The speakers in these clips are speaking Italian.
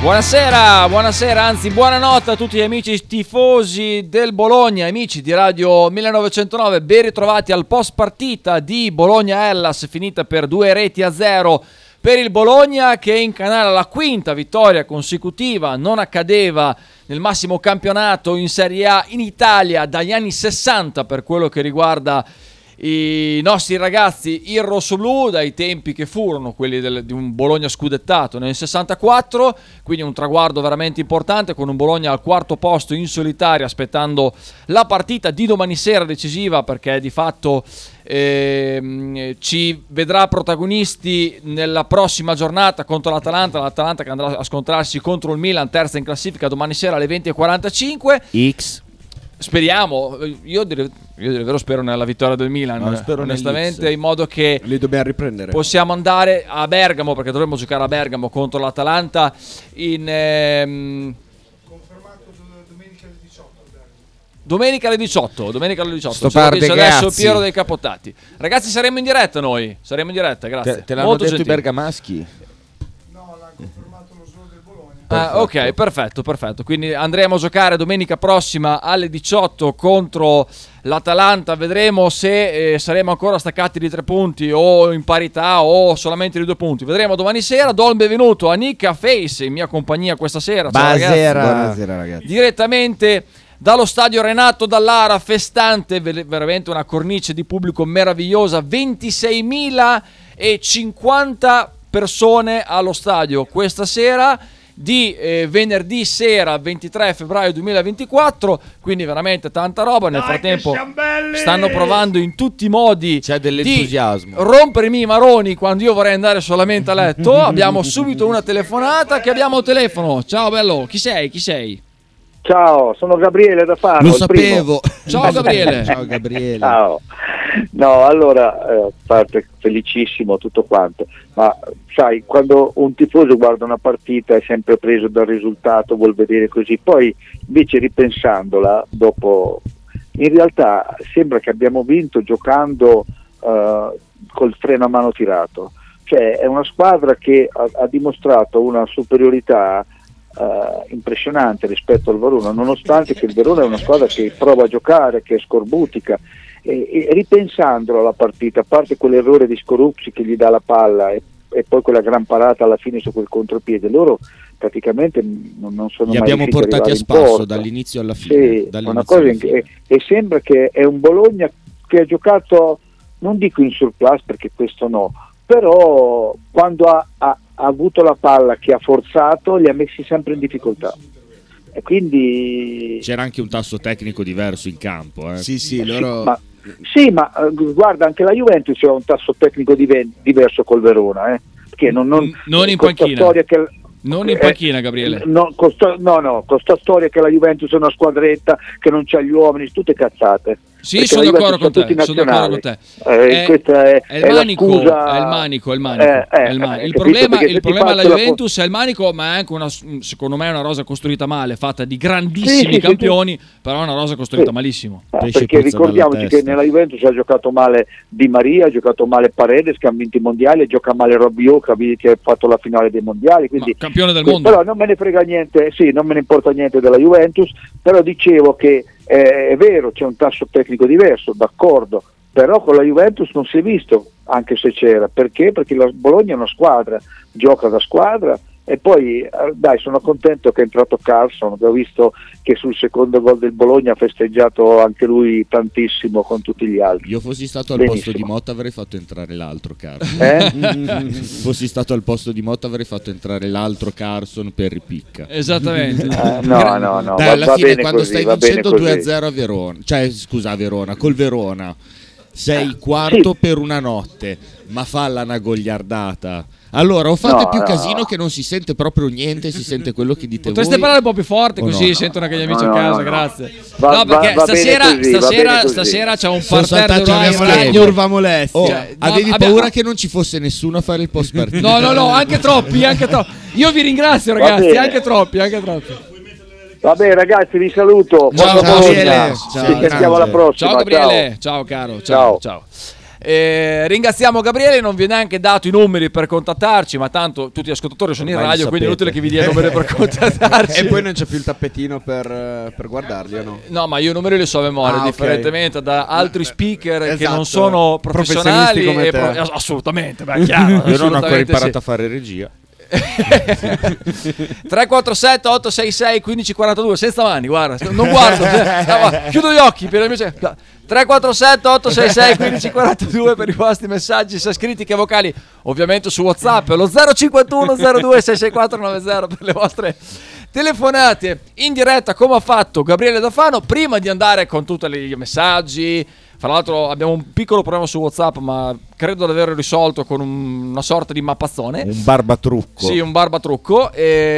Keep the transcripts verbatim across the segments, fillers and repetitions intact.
Buonasera, buonasera, anzi buonanotte a tutti gli amici tifosi del Bologna, amici di Radio millenovecentonove, ben ritrovati al post partita di Bologna-Hellas, finita per due reti a zero per il Bologna, che incanala la quinta vittoria consecutiva. Non accadeva nel massimo campionato in Serie A in Italia dagli anni sessanta per quello che riguarda i nostri ragazzi in rossoblù, dai tempi che furono quelli del, di un Bologna scudettato nel sessantaquattro, quindi un traguardo veramente importante, con un Bologna al quarto posto in solitaria, aspettando la partita di domani sera decisiva, perché di fatto eh, ci vedrà protagonisti nella prossima giornata contro l'Atalanta, l'Atalanta che andrà a scontrarsi contro il Milan, terza in classifica, domani sera alle venti e quarantacinque. X Speriamo, io direi, io davvero spero nella vittoria del Milan, no, spero onestamente, in modo che li dobbiamo riprendere. Possiamo andare a Bergamo, perché dovremmo giocare a Bergamo contro l'Atalanta in ehm... confermato domenica alle diciotto. Domenica alle diciotto, domenica alle diciotto. Sto Ce lo par dice de adesso cazzi. Piero dei Capotati. Ragazzi, saremo in diretta noi, saremo in diretta, grazie. Te, te l'hanno Molto detto gentili. i bergamaschi? No, l'ha confermato lo solo del Bologna. Ah, ok, perfetto, perfetto. Quindi andremo a giocare domenica prossima alle diciotto contro l'Atalanta. Vedremo se eh, saremo ancora staccati di tre punti o in parità o solamente di due punti. Vedremo domani sera. Do il benvenuto a Nicca Face in mia compagnia questa sera. Ciao, Buonasera. ragazzi. Buonasera ragazzi. Direttamente dallo stadio Renato Dallara, festante, ve- veramente una cornice di pubblico meravigliosa, ventiseiemilacinquanta persone allo stadio questa sera di eh, venerdì sera ventitré febbraio duemilaventiquattro, quindi veramente tanta roba. Nel frattempo stanno provando in tutti i modi C'è di dell'entusiasmo. rompermi i maroni quando io vorrei andare solamente a letto. Abbiamo subito una telefonata. Che abbiamo al telefono. Ciao bello, chi sei? Chi sei? Ciao, sono Gabriele da Fano. Lo il primo. sapevo. Ciao Gabriele. Ciao Gabriele. Ciao. No, allora, eh, a parte felicissimo tutto quanto, ma sai, quando un tifoso guarda una partita è sempre preso dal risultato, vuol vedere così, poi invece ripensandola, dopo, in realtà sembra che abbiamo vinto giocando eh, col freno a mano tirato, cioè è una squadra che ha, ha dimostrato una superiorità Uh, impressionante rispetto al Verona, nonostante che il Verona è una squadra che prova a giocare, che è scorbutica, e, e ripensandolo alla partita, a parte quell'errore di Skorupski che gli dà la palla e, e poi quella gran parata alla fine su quel contropiede, loro praticamente non, non sono Li mai abbiamo riusciti portati a arrivare in spasso porta. dall'inizio alla fine. Sì, dall'inizio una cosa alla in- fine. e, e sembra che è un Bologna che ha giocato, non dico in surplus perché questo no, però quando ha, ha, ha avuto la palla, che ha forzato, li ha messi sempre in difficoltà, e quindi C'era anche un tasso tecnico diverso in campo, eh. Sì, sì, loro ma, sì, ma eh, guarda, anche la Juventus ha un tasso tecnico diven- diverso col Verona, eh? Perché non, non, Non in con sta panchina. storia che, Non in eh, panchina, Gabriele. No, con sta, no, no, con sta storia che la Juventus è una squadretta, che non c'ha gli uomini, tutte cazzate. Sì, Perché sono la d'accordo Juventus con ha te, tutti sono d'accordo con nazionali. te. Eh, questa è, è il è la manico, scusa- è il manico, è il manico, Eh, eh, è il, manico. eh, il capito? problema, Perché il se ti problema faccio della la Juventus è il manico, ma è anche una, secondo me è una rosa costruita male, fatta di grandissimi Sì, sì, campioni, però è una rosa costruita Sì. malissimo. Eh, Pesce perché puzza dalla ricordiamoci che testa. nella Juventus ha giocato male Di Maria, ha giocato male Paredes che ha vinto i mondiali, gioca male Rabiot che ha, vi- che ha fatto la finale dei mondiali, quindi Ma campione del que- mondo. però non me ne frega niente, sì, non me ne importa niente della Juventus, però dicevo che eh, è vero, c'è un tasso tecnico diverso, d'accordo, però con la Juventus non si è visto, anche se c'era. Perché? Perché la Bologna è una squadra, gioca da squadra, e poi eh, dai, sono contento che è entrato Carlson, che ho visto che sul secondo gol del Bologna ha festeggiato anche lui tantissimo con tutti gli altri. Io fossi stato al Benissimo. posto di Motta avrei fatto entrare l'altro Carson. Eh? Fossi stato al posto di Motta avrei fatto entrare l'altro Carson per ripicca. Esattamente. Eh, no, no, no, Dai, va, alla va fine bene quando così, stai va bene vincendo così. due a zero a Verona, cioè scusa a Verona, col Verona sei quarto Sì. per una notte, ma falla una gogliardata. Allora o fate No, più no, casino no. che non si sente proprio niente, si sente quello che dite Potreste voi. parlare un po' più forte, O così no? sentono anche gli No, amici no, a casa, no, no. grazie. Va- no, perché va- va bene stasera, così, va stasera, bene così. stasera c'è un Sono parterre saltati della via radio. le curva molestia. Oh, Cioè, no, avevi abbiamo- paura che non ci fosse nessuno a fare il post partita? No, no, no, anche troppi, anche troppi. Io vi ringrazio, Va ragazzi, bene. anche troppi, anche troppi. Vabbè ragazzi, vi saluto. Ciao, Buona Bologna. Gabriele. Ci Ciao, sentiamo grande. alla prossima. Ciao Gabriele, ciao, caro, ciao, ciao. Ciao. Eh, ringraziamo Gabriele, non vi è neanche dato i numeri per contattarci, ma tanto tutti gli ascoltatori sono in Ormai radio, lo quindi è sapete. inutile che vi dia i numeri per contattarci. E poi non c'è più il tappetino per, eh, per guardarli, o no? No, ma io i numeri li so a memoria, Ah, ok. differentemente da altri speaker che Esatto. non sono professionali. Professionisti come e te. pro- assolutamente, beh, chiaro. Io non ho ancora assolutamente imparato sì. a fare regia. tre quattro sette otto sei sei uno cinque quattro due senza mani, guarda, non guardo, cioè, no, chiudo gli occhi per il mio tre quattro sette otto sei sei uno cinque quattro due per i vostri messaggi sia scritti che vocali, ovviamente su WhatsApp, lo zero cinquantuno zero due sei sei quattro nove zero per le vostre telefonate in diretta, come ha fatto Gabriele Dafano. Prima di andare con tutti i messaggi, fra l'altro abbiamo un piccolo problema su WhatsApp, ma credo di averlo risolto con un- una sorta di mappazzone. Un barbatrucco. Sì, un barbatrucco.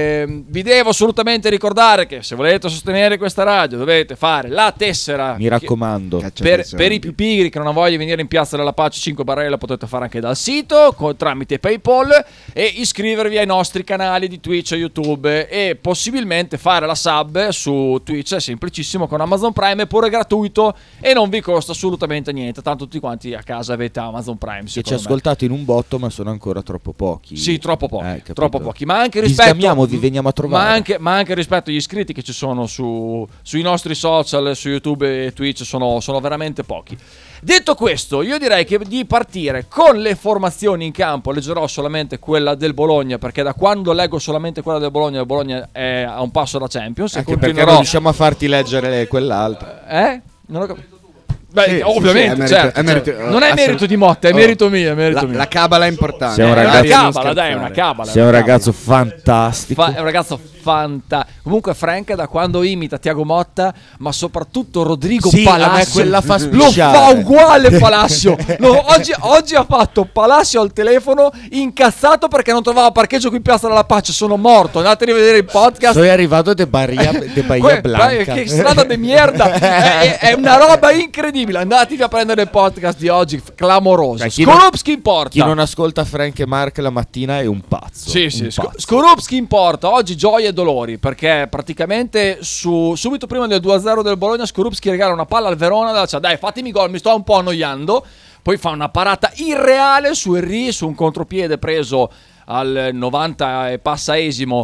E vi devo assolutamente ricordare che se volete sostenere questa radio dovete fare la tessera. Mi raccomando. Caccia Per, attenzione. per i più pigri che non hanno voglia di venire in piazza della Pace cinque barelle, la potete fare anche dal sito co- tramite PayPal e iscrivervi ai nostri canali di Twitch e YouTube e possibilmente fare la sub su Twitch, è semplicissimo con Amazon Prime, è pure gratuito e non vi costa assolutamente niente, tanto tutti quanti a casa avete Amazon Prime. Che ci secondo me. ascoltate in un botto, ma sono ancora troppo pochi. Sì, troppo pochi, Eh, capito. troppo pochi, ma anche Vi rispetto sgamiamo, vi veniamo a trovare. Ma anche, ma anche rispetto agli iscritti che ci sono su, sui nostri social, su YouTube e Twitch sono, sono veramente pochi. Detto questo, io direi che di partire con le formazioni in campo. Leggerò solamente quella del Bologna, perché da quando leggo solamente quella del Bologna, il Bologna è a un passo da Champions. Anche e perché continuerò. non riusciamo a farti leggere quell'altra. Eh? Non ho capito. Beh, Sì, sì, ovviamente, sì, è merito- certo, è merito- certo. non è assolut- merito di Motta, è Oh, merito mio, è merito La, mio. la cabala è importante. Sei un È ragazzo- una Dario, non cabala, dai, è una scherzare. cabala. Sei un ragazzo fantastico. Fa- è un ragazzo fantastico. Comunque Frank da quando imita Tiago Motta, ma soprattutto Rodrigo Sì, a me Palacio, quella fa lo sbicciare. fa uguale Palacio. Lo- oggi, oggi ha fatto Palacio al telefono incazzato perché non trovava parcheggio qui in Piazza della Pace. Sono morto, andate a rivedere il podcast. Sono arrivato de Bahia, de Bahia Que- Blanca. Che strada di merda. è, è una roba incredibile. Andatevi a prendere il podcast di oggi, clamoroso. Cioè, chi non- Skorupski in porta. Chi non ascolta Frank e Mark la mattina è un pazzo. Sì, un sì, pazzo. Skorupski in porta, oggi gioia e dolori, perché praticamente su, subito prima del due a zero del Bologna Skorupski regala una palla al Verona, cioè, dai fatemi gol, mi sto un po' annoiando, poi fa una parata irreale su Henry, su un contropiede preso al novanta e passaesimo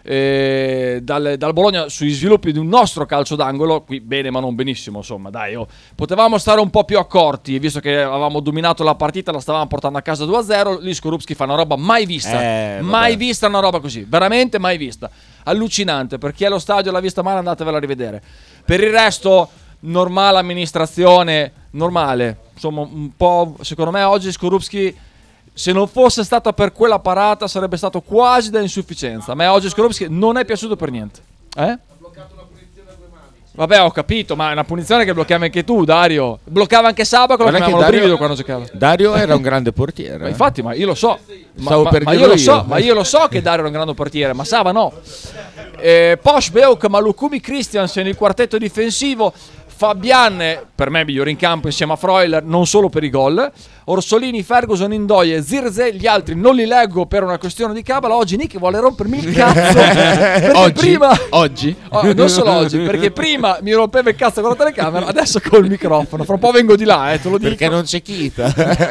eh, dal, dal Bologna sugli sviluppi di un nostro calcio d'angolo, qui bene ma non benissimo, insomma dai, oh. Potevamo stare un po' più accorti, visto che avevamo dominato la partita, la stavamo portando a casa due a zero, lì Skorupski fa una roba mai vista, Eh, mai vabbè. vista una roba così, veramente mai vista, allucinante, per chi è allo stadio e l'ha vista male andatevela a rivedere. Per il resto normale amministrazione, normale, insomma un po', secondo me oggi Skorupski, se non fosse stata per quella parata sarebbe stato quasi da insufficienza. A me oggi Skorupski non è piaciuto per niente. Eh? Vabbè, ho capito, ma è una punizione che blocchiamo anche tu, Dario. Bloccava anche Sabaco, lo Guarda che chiamavano Dario- brivido quando giocava. Dario era un grande portiere. Ma eh. infatti, ma io lo so. Ma, Stavo ma- per ma dirlo io lo io. so, ma io lo so che Dario era un grande portiere, ma Sava no. Eh, Posh, Beuk, Malukumi, Christiansen, il quartetto difensivo. Fabian, per me migliore in campo insieme a Freuler, non solo per i gol. Orsolini, Ferguson, Indoie, Zirze, gli altri non li leggo per una questione di cabala. Oggi Nick vuole rompermi il cazzo. Perché Oggi? prima... Oggi? Oh, non solo oggi, perché prima mi rompeva il cazzo con la telecamera, adesso col microfono. Fra un po' vengo di là, eh, te lo dico. Perché non c'è Kita.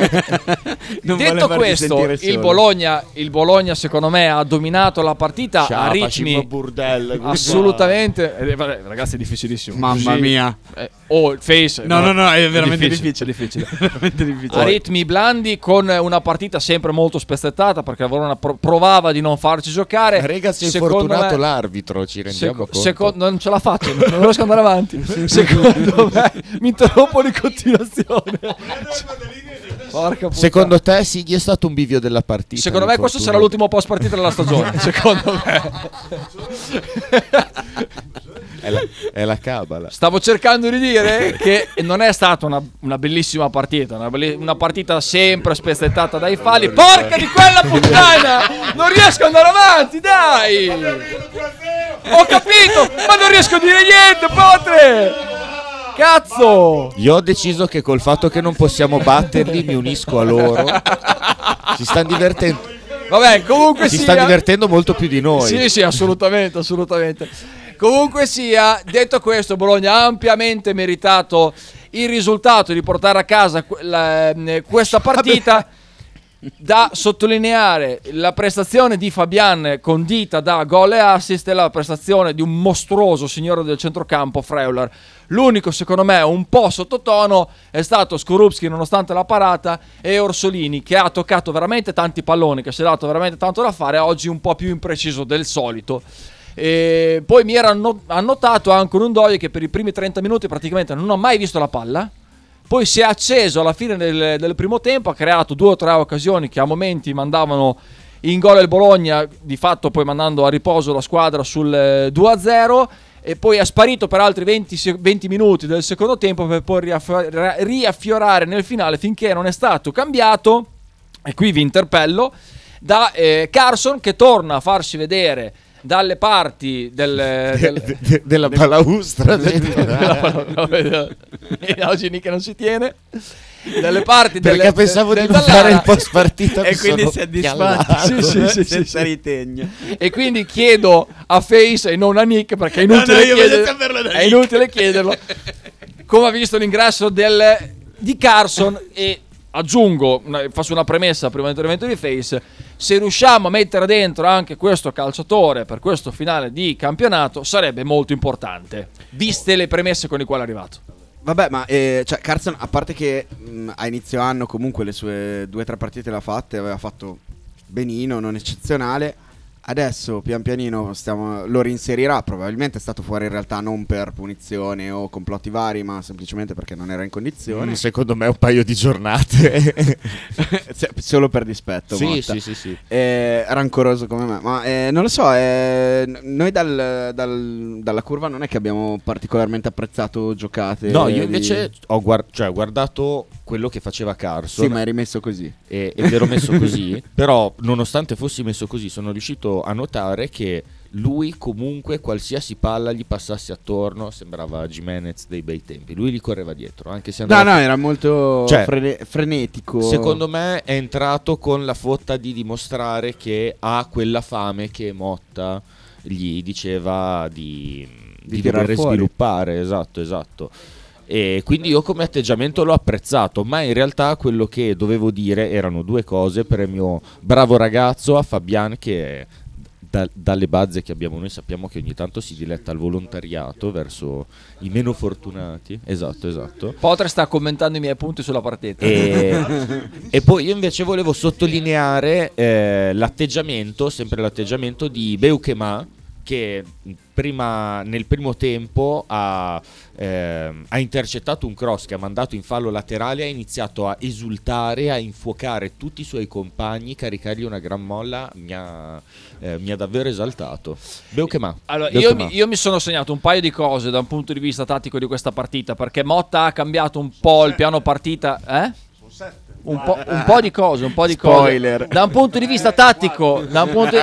Non vuole Detto farti questo, sentire il solo. Bologna, il Bologna secondo me ha dominato la partita a ritmi burdelle. assolutamente eh, vabbè, ragazzi è difficilissimo. Mamma Così, mia. eh, oh, il face. No, no, no, è veramente difficile. difficile. difficile. Veramente difficile. A ritmi blandi con una partita sempre molto spezzettata perché il Bologna pro- provava di non farci giocare. Rega, si è Secondo infortunato me- l'arbitro, ci rendiamo Seco- conto. seco- non ce la faccio, non non riesco ad andare avanti. Secondo me mi interrompo di continuazione. Porca puttana. Secondo te Sighi è stato un bivio della partita? Secondo me questo sarà l'ultimo post partita della stagione. Secondo me. È la, è la cabala. Stavo cercando di dire che non è stata una, una bellissima partita, una, belli- una partita sempre spezzettata dai falli. Porca di quella puttana! Non riesco ad andare avanti, dai! Ho capito, ma non riesco a dire niente, Potre! Cazzo! Io ho deciso che col fatto che non possiamo batterli mi unisco a loro. Si stanno divertendo. Vabbè, comunque Si sia... sta divertendo molto più di noi. Sì, sì, assolutamente, assolutamente. Comunque sia, detto questo, Bologna ha ampiamente meritato il risultato di portare a casa que- la- questa partita. Da sottolineare la prestazione di Fabian condita da gol e assist e la prestazione di un mostruoso signore del centrocampo, Freuler. L'unico, secondo me, un po' sottotono è stato Skorupski, nonostante la parata, e Orsolini, che ha toccato veramente tanti palloni, che si è dato veramente tanto da fare, oggi un po' più impreciso del solito. E poi mi era annotato anche un Undoye che per i primi trenta minuti praticamente non ha mai visto la palla. Poi si è acceso alla fine del, del primo tempo, ha creato due o tre occasioni che a momenti mandavano in gol il Bologna, di fatto poi mandando a riposo la squadra sul due a zero, e poi è sparito per altri venti, venti minuti del secondo tempo per poi riaffiorare, riaffiorare nel finale finché non è stato cambiato, e qui vi interpello, da eh, Carson, che torna a farsi vedere dalle parti del, del, de, de, della balaustra oggi Nick non si tiene dalle parti perché delle, pensavo del, di non fare il post partita e quindi si è disfatto sì, sì, sì, senza sì, ritegno. E quindi chiedo a Face e non a Nick, perché è inutile, no, no, io voglio chiederlo, saperlo da è Nick. inutile chiederlo come ha visto l'ingresso del, di Carson. E aggiungo, una, faccio una premessa prima dell'intervento di Face: se riusciamo a mettere dentro anche questo calciatore per questo finale di campionato sarebbe molto importante, viste le premesse con le quali è arrivato. Vabbè, ma eh, cioè Carson, a parte che mh, a inizio anno comunque le sue due o tre partite le ha fatte, aveva fatto benino, non eccezionale. Adesso pian pianino stiamo, lo reinserirà. Probabilmente è stato fuori in realtà non per punizione o complotti vari, ma semplicemente perché non era in condizione. Mm, secondo me un paio di giornate. Solo per dispetto. Sì, Motta. sì, sì, sì. Eh, rancoroso come me. Ma eh, non lo so, eh, noi dal, dal, dalla curva non è che abbiamo particolarmente apprezzato giocate. No, io di- invece ho, guard- cioè, ho guardato quello che faceva Carson. Sì, ma è rimesso così. e- ed ero messo così. Però nonostante fossi messo così sono riuscito a notare che lui comunque qualsiasi palla gli passasse attorno sembrava Gimenez dei bei tempi. Lui gli correva dietro, anche se No, andava no, era molto Cioè, frene- frenetico. secondo me è entrato con la fotta di dimostrare che ha quella fame che Motta gli diceva di, Di di tirar dover fuori. sviluppare. Esatto, esatto. E quindi io come atteggiamento l'ho apprezzato, ma in realtà quello che dovevo dire erano due cose per il mio bravo ragazzo, a Fabian, che da- dalle bazze che abbiamo noi sappiamo che ogni tanto si diletta al volontariato verso i meno fortunati. Esatto, esatto. Potre sta commentando i miei punti sulla partita. E, e poi io invece volevo sottolineare eh, l'atteggiamento, sempre l'atteggiamento di Beukema, che prima, nel primo tempo ha, ehm, ha intercettato un cross che ha mandato in fallo laterale, ha iniziato a esultare, a infuocare tutti i suoi compagni, caricargli una gran molla, mi ha, eh, mi ha davvero esaltato. Beukema. Allora, io Beukema. mi, io mi sono segnato un paio di cose da un punto di vista tattico di questa partita, perché Motta ha cambiato un po' il piano partita. Eh? Un po', un po' di cose, un po' di Spoiler. cose. Da un punto di vista tattico, da un punto di...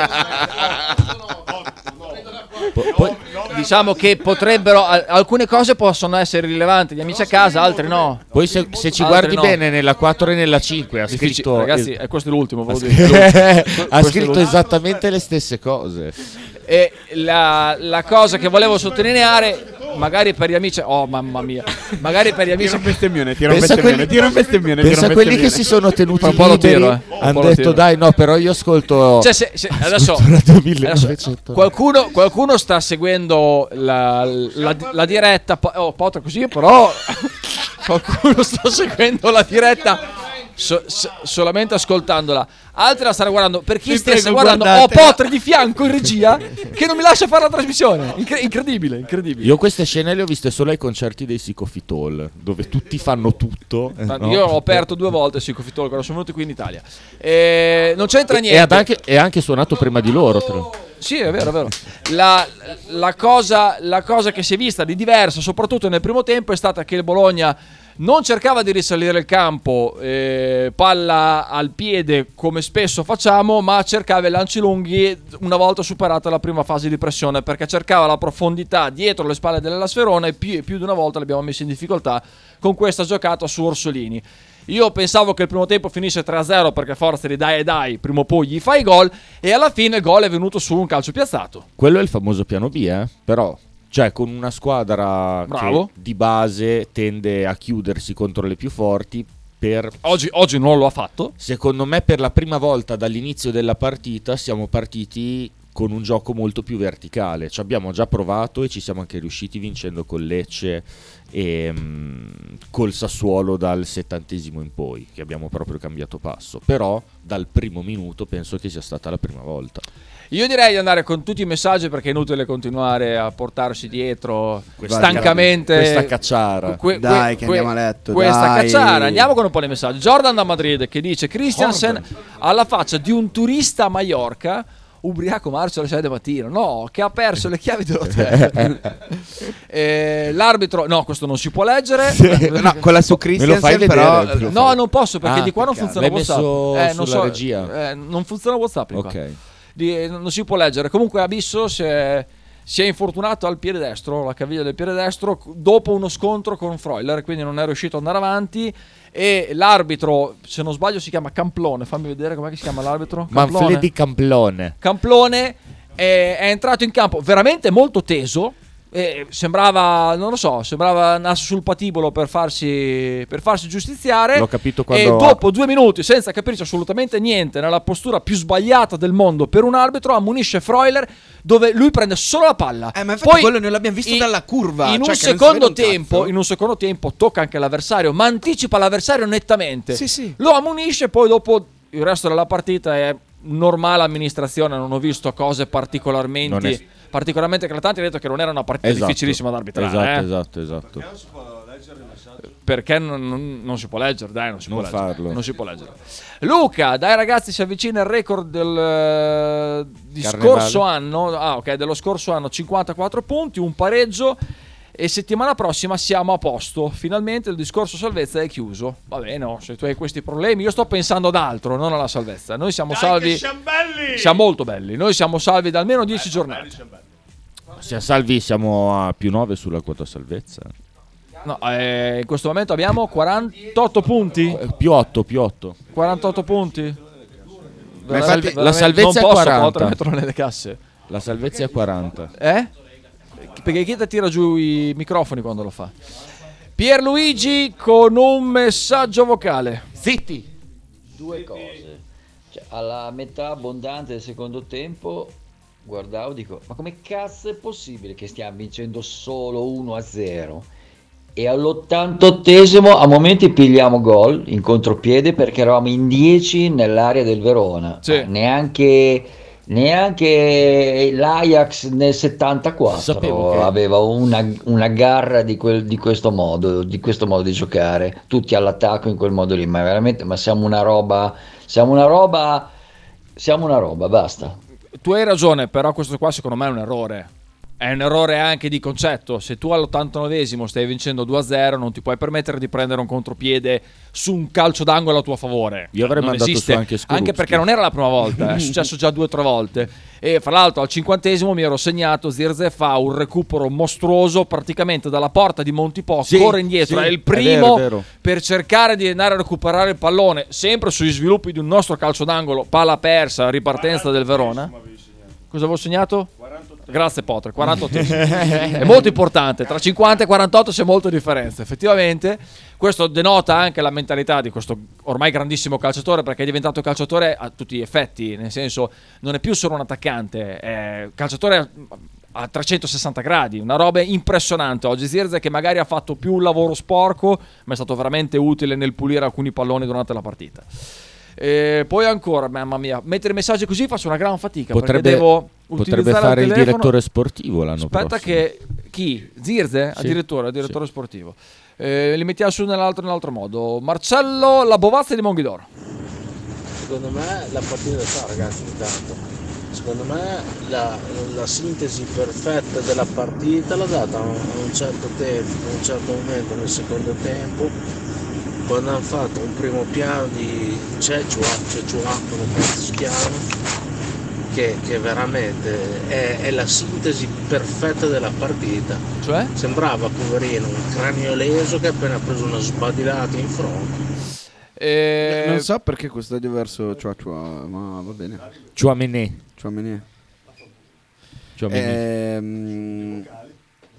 Po- poi- diciamo che potrebbero, al- alcune cose possono essere rilevanti, gli amici a casa, altre no. Poi se, se ci Altre guardi no. bene nella quattro e nella cinque ha Difficile- scritto ragazzi, eh, questo è l'ultimo, ve lo ha dico. scritto, ha Questo è scritto l'ultimo. esattamente le stesse cose. E la, la cosa che volevo sottolineare, magari per gli amici, oh mamma mia, magari per gli amici, Tira un bestemmione, tira un Pensa a bestemmione, quelli- tira un bestemmione, Pensa a tira un quelli che bestemmione. si sono tenuti Un po' lo liberi, tiro, eh. Un hanno po' lo detto tiro. dai no, però io ascolto, cioè, se, se- adesso, ascolto Radio adesso millenovecento. qualcuno, qualcuno sta seguendo la, la, la diretta, po- oh Potter così, però qualcuno sta seguendo la diretta so- so- solamente ascoltandola, altri la stanno guardando. Per chi Vi stesse prego, guardando, ho guardatela. Potter di fianco in regia che non mi lascia fare la trasmissione. Incre- incredibile, incredibile. Io queste scene le ho viste solo ai concerti dei Psychofitol, dove tutti fanno tutto. eh, Ma no? Io ho aperto due volte il Psychofitol quando sono venuti qui in Italia. E non c'entra E, niente. e ha anche, e ha anche suonato prima di loro. tra- Sì, è vero, è vero. La, la cosa, la cosa che si è vista di diverso, soprattutto nel primo tempo, è stata che il Bologna non cercava di risalire il campo, eh, palla al piede come spesso facciamo, ma cercava i lanci lunghi una volta superata la prima fase di pressione, perché cercava la profondità dietro le spalle della Sferona e più, più di una volta l'abbiamo messo in difficoltà con questa giocata su Orsolini. Io pensavo che il primo tempo finisse tre a zero perché forza di dai e dai, prima o poi gli fai gol, e alla fine il gol è venuto su un calcio piazzato. Quello è il famoso piano B, eh? Però Cioè con una squadra Bravo. che di base tende a chiudersi contro le più forti. Per, Oggi, oggi non lo ha fatto. secondo me per la prima volta dall'inizio della partita siamo partiti con un gioco molto più verticale. Ci abbiamo già provato e ci siamo anche riusciti vincendo con Lecce e mh, col Sassuolo dal settantesimo in poi, che abbiamo proprio cambiato passo. Però dal primo minuto penso che sia stata la prima volta. Io direi di andare con tutti i messaggi, perché è inutile continuare a portarsi dietro Questa- stancamente questa cacciara. que- Dai, que- che andiamo a letto, questa dai. cacciara. Andiamo con un po' di messaggi. Jordan da Madrid che dice: Christiansen ha la faccia di un turista a Maiorca, ubriaco marcio alle sei del mattino, no, che ha perso le chiavi dell'hotel. Eh, l'arbitro, no, questo non si può leggere. No, quella su Me lo fai Christiansen però vedere? No, non posso, perché Ah, di qua non peccato. funziona L'hai WhatsApp. messo Eh, non sulla so, regia? eh, non funziona WhatsApp. di qua. Ok. Di- non si può leggere. Comunque Abisso si è, si è infortunato al piede destro, la caviglia del piede destro, dopo uno scontro con Freuler, quindi non è riuscito ad andare avanti. E l'arbitro, se non sbaglio, si chiama Camplone. Fammi vedere com'è che si chiama l'arbitro. Camplone. Manfredi Camplone. Camplone è, è entrato in campo veramente molto teso. E sembrava, non lo so, sembrava naso sul patibolo per farsi, per farsi giustiziare. L'ho capito E quando dopo due minuti, senza capirci assolutamente niente, nella postura più sbagliata del mondo per un arbitro, ammonisce Freuler, dove lui prende solo la palla. Eh, ma infatti quello noi l'abbiamo visto dalla curva, In, cioè un che non si vede secondo un cazzo. tempo, in un secondo tempo tocca anche l'avversario, ma anticipa l'avversario nettamente. Sì, sì. Lo ammonisce, poi dopo il resto della partita è normale amministrazione. Non ho visto cose particolarmente Non è- particolarmente eclatanti. Ha detto che non era una partita Esatto. difficilissima da arbitrare. Esatto, eh. esatto, esatto. Perché non, non- non si può leggere, dai, non si Non può leggere. farlo. Non si può leggere. Luca, dai ragazzi, si avvicina il record del eh, di Carnevale. scorso anno. Ah, ok, dello scorso anno, cinquantaquattro punti, un pareggio. E settimana prossima siamo a posto. Finalmente il discorso salvezza è chiuso. Va bene, no, se tu hai questi problemi, io sto pensando ad altro, non alla salvezza. Noi siamo salvi. Siamo molto belli. Noi siamo salvi da almeno dieci giornate. Siamo salvi, siamo a più nove sulla quota salvezza. No, eh, in questo momento abbiamo quarantotto punti. Eh, Più otto, più otto. quarantotto punti. Ma infatti Veramente- la salvezza non è posso quaranta. poter metterlo nelle casse. La salvezza è quaranta. Eh? Perché chi te tira giù i microfoni quando lo fa? Pierluigi con un messaggio vocale. Zitti! Due cose. Cioè, alla metà abbondante del secondo tempo guardavo, dico, ma come cazzo è possibile che stiamo vincendo solo uno a zero? E all'ottantottesimo a momenti pigliamo gol in contropiede perché eravamo in dieci nell'area del Verona. Sì. Ma neanche, neanche l'Ajax nel Sapevo settantaquattro che- aveva una, una garra di, quel- di questo modo, di questo modo di giocare, tutti all'attacco in quel modo lì, ma veramente, ma siamo una roba, siamo una roba, siamo una roba, basta. Tu hai ragione, però questo qua secondo me è un errore. È un errore anche di concetto. Se tu all'ottantanovesimo stai vincendo due a zero, non ti puoi permettere di prendere un contropiede su un calcio d'angolo a tuo favore. Io avrei Non mandato esiste. su anche Skorupski. Anche perché non era la prima volta, è successo già due o tre volte. E fra l'altro al cinquantesimo mi ero segnato, Zirze fa un recupero mostruoso praticamente dalla porta di Montipo, Sì, corre indietro, sì, è il è vero, primo è vero. per cercare di andare a recuperare il pallone, sempre sugli sviluppi di un nostro calcio d'angolo, palla persa, ripartenza del Verona. Cosa avevo segnato? Grazie Potter, quarantotto. È molto importante, tra cinquanta e quarantotto c'è molta differenza. Effettivamente questo denota anche la mentalità di questo ormai grandissimo calciatore, perché è diventato calciatore a tutti gli effetti, nel senso non è più solo un attaccante, è calciatore a trecentosessanta gradi, una roba impressionante. Oggi Zirze che magari ha fatto più un lavoro sporco, ma è stato veramente utile nel pulire alcuni palloni durante la partita. E poi ancora, mamma mia, mettere messaggi così faccio una gran fatica, Potrebbe, perché devo potrebbe utilizzare fare il telefono. direttore sportivo l'anno Aspetta prossimo. che chi? Zirze? Sì. Addirittura, il direttore sportivo. Eh, li mettiamo su nell'altro, nell'altro modo. Marcello La Bovazza di Monghidoro. Secondo me la partita da fa, ragazzi, intanto. Secondo me la, la sintesi perfetta della partita l'ha data a un, a un certo tempo, a un certo momento nel secondo tempo, quando hanno fatto un primo piano di Cecua, Cecua, come cazzo si chiama, che, che veramente è, è la sintesi perfetta della partita. Cioè? Sembrava, poverino, un cranio leso che ha appena preso una sbadilata in fronte. Eh, Non so perché questo è diverso, Chua Chua, ma va bene. Chouameni. Chouameni. Chouameni. Ehm,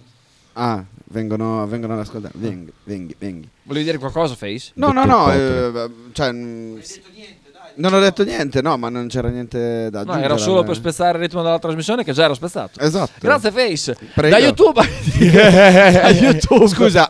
Ah, vengono, vengono ad ascoltare. Venghi, venghi, venghi. Volevi dire qualcosa, Face? No, no, Dottor no. Potter. eh, cioè, mh, non ho detto niente, no, ma non c'era niente da No, aggiungere. era solo alle- per spezzare il ritmo della trasmissione che già era spezzato. Esatto. Grazie Face. Prego. Da YouTube. da YouTube. Scusa.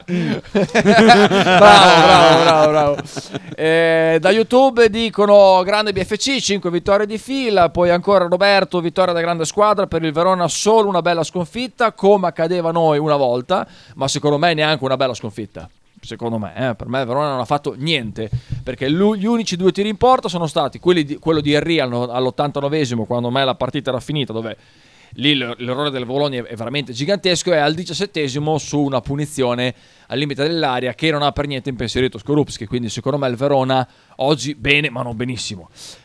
bravo, bravo, bravo, bravo. Eh, da YouTube dicono grande B F C, cinque vittorie di fila. Poi ancora Roberto, vittoria da grande squadra. Per il Verona solo una bella sconfitta, come accadeva a noi una volta, ma secondo me neanche una bella sconfitta. Secondo me, eh, per me Verona non ha fatto niente, perché lu- gli unici due tiri in porta sono stati quelli di, quello di Henry all- all'ottantanovesimo, quando me la partita era finita, dove lì l- l'errore del Bologna è veramente gigantesco, e al diciassettesimo su una punizione al limite dell'area che non ha per niente impensierito Skorupski. Quindi secondo me il Verona oggi bene, ma non benissimo.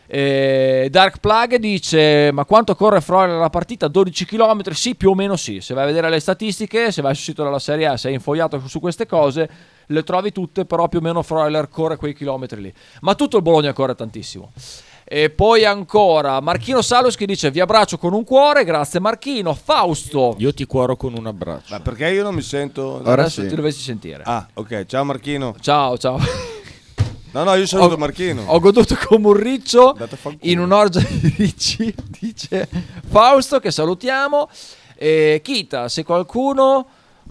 Eh, Dark Plug dice: ma quanto corre Freuler alla partita? dodici chilometri? Sì, più o meno sì. Se vai a vedere le statistiche, se vai sul sito della Serie A, sei infogliato su queste cose, le trovi tutte, però più o meno Freuler corre quei chilometri lì. Ma tutto il Bologna corre tantissimo. E poi ancora Marchino Salos che dice: vi abbraccio con un cuore, grazie Marchino. Fausto, Io ti cuoro con un abbraccio. Ma perché io non mi sento... Ora adesso sì. ti dovessi sentire. Ah, ok, ciao Marchino. Ciao, ciao. No, no, io saluto Ho- Marchino. Ho goduto come un riccio Andate a fanculo. in un'orgia di ricci, dice Fausto, che salutiamo. E Kita, se qualcuno...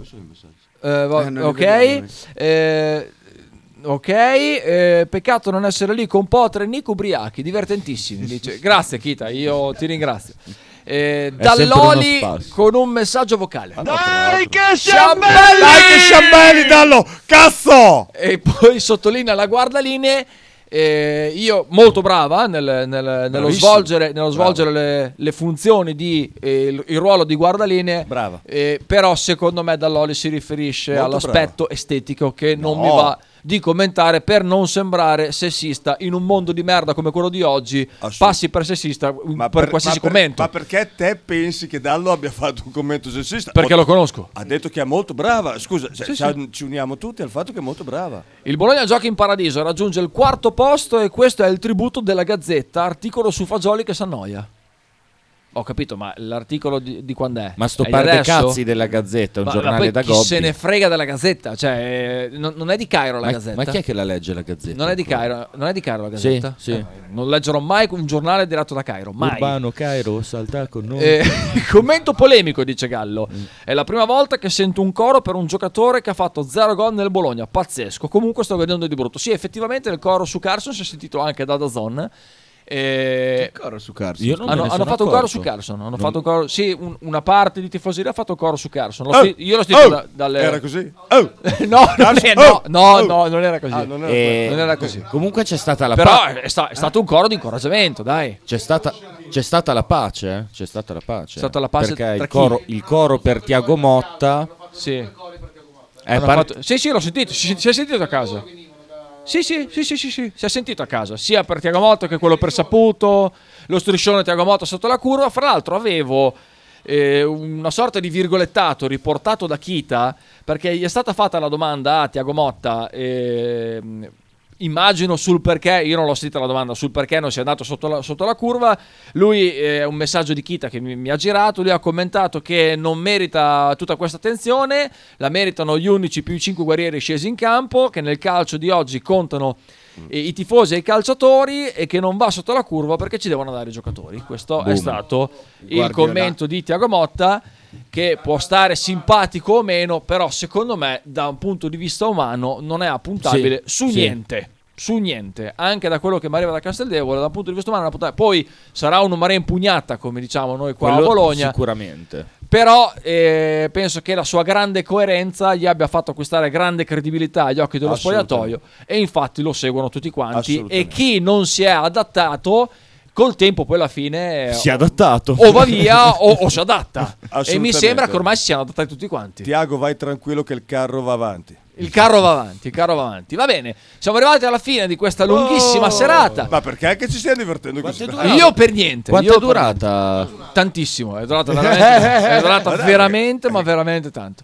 Eh, va- Eh, non li ok, vediamo noi. eh, ok, eh, peccato non essere lì con Potter e Nico ubriachi, divertentissimi. Dice. Grazie Kita, io ti ringrazio. Eh, sempre Dall'Oli uno spasso. con un messaggio vocale. Dai che Dai che sciambelli, dallo! Cazzo! E poi sottolinea la guardalinee. Eh, io molto brava nel- nel- nello Bravissimo. svolgere, nello Brava. svolgere le, le funzioni di eh, il, il ruolo di guardalinee. Brava. Eh, però secondo me Dall'Oli si riferisce Molto all'aspetto estetico che non No. mi va di commentare, per non sembrare sessista in un mondo di merda come quello di oggi. Assolut- Passi per sessista per, qualsiasi ma per- commento, Ma perché te pensi che Dallo abbia fatto un commento sessista? perché O- lo conosco. Ha detto che è molto brava. Scusa, se- Sì, ci, sì. ci uniamo tutti al fatto che è molto brava. Il Bologna gioca in paradiso, raggiunge il quarto posto e questo è il tributo della Gazzetta, articolo su Fagioli che s'annoia. Ho capito, ma l'articolo di, di quando è? Ma sto È di par de adesso? cazzi della Gazzetta, un Ma- ma giornale poi da chi gobbi. se ne frega della Gazzetta? Cioè, eh, non, non è di Cairo la ma, Gazzetta? ma chi è che la legge la Gazzetta? Non è di Cairo, non è di Cairo la Gazzetta? Sì, sì. Eh, non leggerò mai un giornale diretto da Cairo, mai. Urbano Cairo salta con noi. Eh, commento polemico, dice Gallo. Mm. È la prima volta che sento un coro per un giocatore che ha fatto zero gol nel Bologna. Pazzesco. Comunque sto vedendo di brutto. Sì, effettivamente il coro su Carson si è sentito anche da DAZN. Eh, Coro su Carson. Io non me hanno, ne hanno sono fatto un coro accorto. su Carson. Hanno Non- fatto un coro, sì, un- una parte di tifoseria ha fatto un coro su Carson. L'ho Oh, sti- io l'ho scritto oh, da- dalle. Era così? Oh! no, non è- no, Oh, no, oh. no, non era così. Ah, non era Eh, Non era così. Comunque c'è stata la Però pa- è, sta- è stato un coro di incoraggiamento, dai. c'è stata c'è stata la pace, eh? C'è stata la pace. C'è stata la pace perché tra il chi? coro, il coro per Tiago Motta Sì. è Hanno part- fatto- Sì, sì, l'ho sentito. Si, si è sentito a casa. Sì, sì, sì, sì, sì, sì, si è sentito a casa, sia per Tiago Motta che quello per Saputo, lo striscione Tiago Motta sotto la curva. Fra l'altro avevo eh, una sorta di virgolettato riportato da Kita, perché gli è stata fatta la domanda a Tiago Motta, ehm, immagino sul perché, io non l'ho sentita la domanda, sul perché non sia andato sotto la, sotto la curva. Lui, è un messaggio di Kita che mi, mi ha girato, lui ha commentato che non merita tutta questa attenzione, la meritano gli undici più i cinque guerrieri scesi in campo, che nel calcio di oggi contano eh, i tifosi e i calciatori, e che non va sotto la curva perché ci devono dare i giocatori. Questo è stato il Guardiola. commento di Tiago Motta, che può stare simpatico o meno, però secondo me da un punto di vista umano non è appuntabile Sì, su sì. niente. Su niente, anche da quello che mi arriva da Casteldevole, da un punto di vista umano, è appuntabile. Poi sarà una marea impugnata, come diciamo noi qua quello a Bologna. sicuramente. Però eh, penso che la sua grande coerenza gli abbia fatto acquistare grande credibilità agli occhi dello Assolutamente. spogliatoio, e infatti lo seguono tutti quanti. E Assolutamente. chi non si è adattato, col tempo poi alla fine Si è adattato. o va via o, o si adatta. E mi Assolutamente. sembra che ormai si siano adattati tutti quanti. Tiago, vai tranquillo che il carro va avanti. Il carro va avanti, il carro va avanti. Va bene, siamo arrivati alla fine di questa lunghissima Oh! serata. Ma perché che ci stiamo divertendo così? Quanto è tanto? Io per niente. Quanto io è per durata? niente. Tantissimo, è durata veramente, è durata Ma dai. veramente, ma veramente tanto.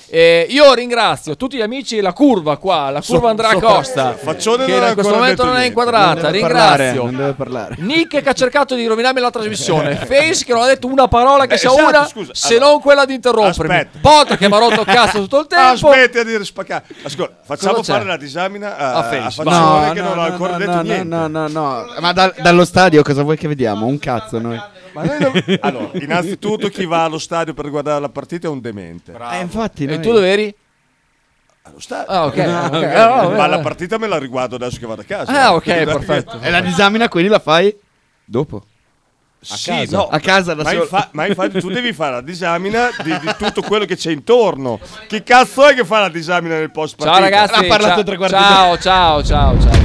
Eh, io ringrazio tutti gli amici, la curva qua, la curva So- Andrea so- Costa, Faccione che non ha in questo ancora momento detto non è niente. inquadrata. Non deve parlare, Ringrazio non deve parlare. Nick che ha cercato di rovinarmi la trasmissione, Face che non ha detto una parola che Eh, sia esatto, una, scusa, se allora- non quella di interrompermi. Aspetta. Potter che mi ha rotto il cazzo tutto il tempo. Aspetti a dire spaccare. Ascolta, facciamo Cosa c'è? fare la disamina a, A a Face, Faccione No, che no, non ha no, ancora no, detto no, niente. no, no, no. Ma da- dallo stadio cosa vuoi che vediamo? Un cazzo noi. Ma noi non- Allora, innanzitutto chi va allo stadio per guardare la partita è un demente. Eh, infatti, E noi- tu dove eri? Allo stadio. Ah, ok. Ah, ok. ok. Ah, Ma la eh. partita me la riguardo adesso che vado a casa. Ah, ok, perfetto. E la disamina quindi la fai dopo. Sì, casa. no. A casa da Ma, solo. infa- ma infatti tu devi fare la disamina di, di tutto quello che c'è intorno. Chi cazzo è che fa la disamina nel post partita? Ciao ragazzi. Ha parlato ciao, tre quarti ciao, ciao, ciao, ciao.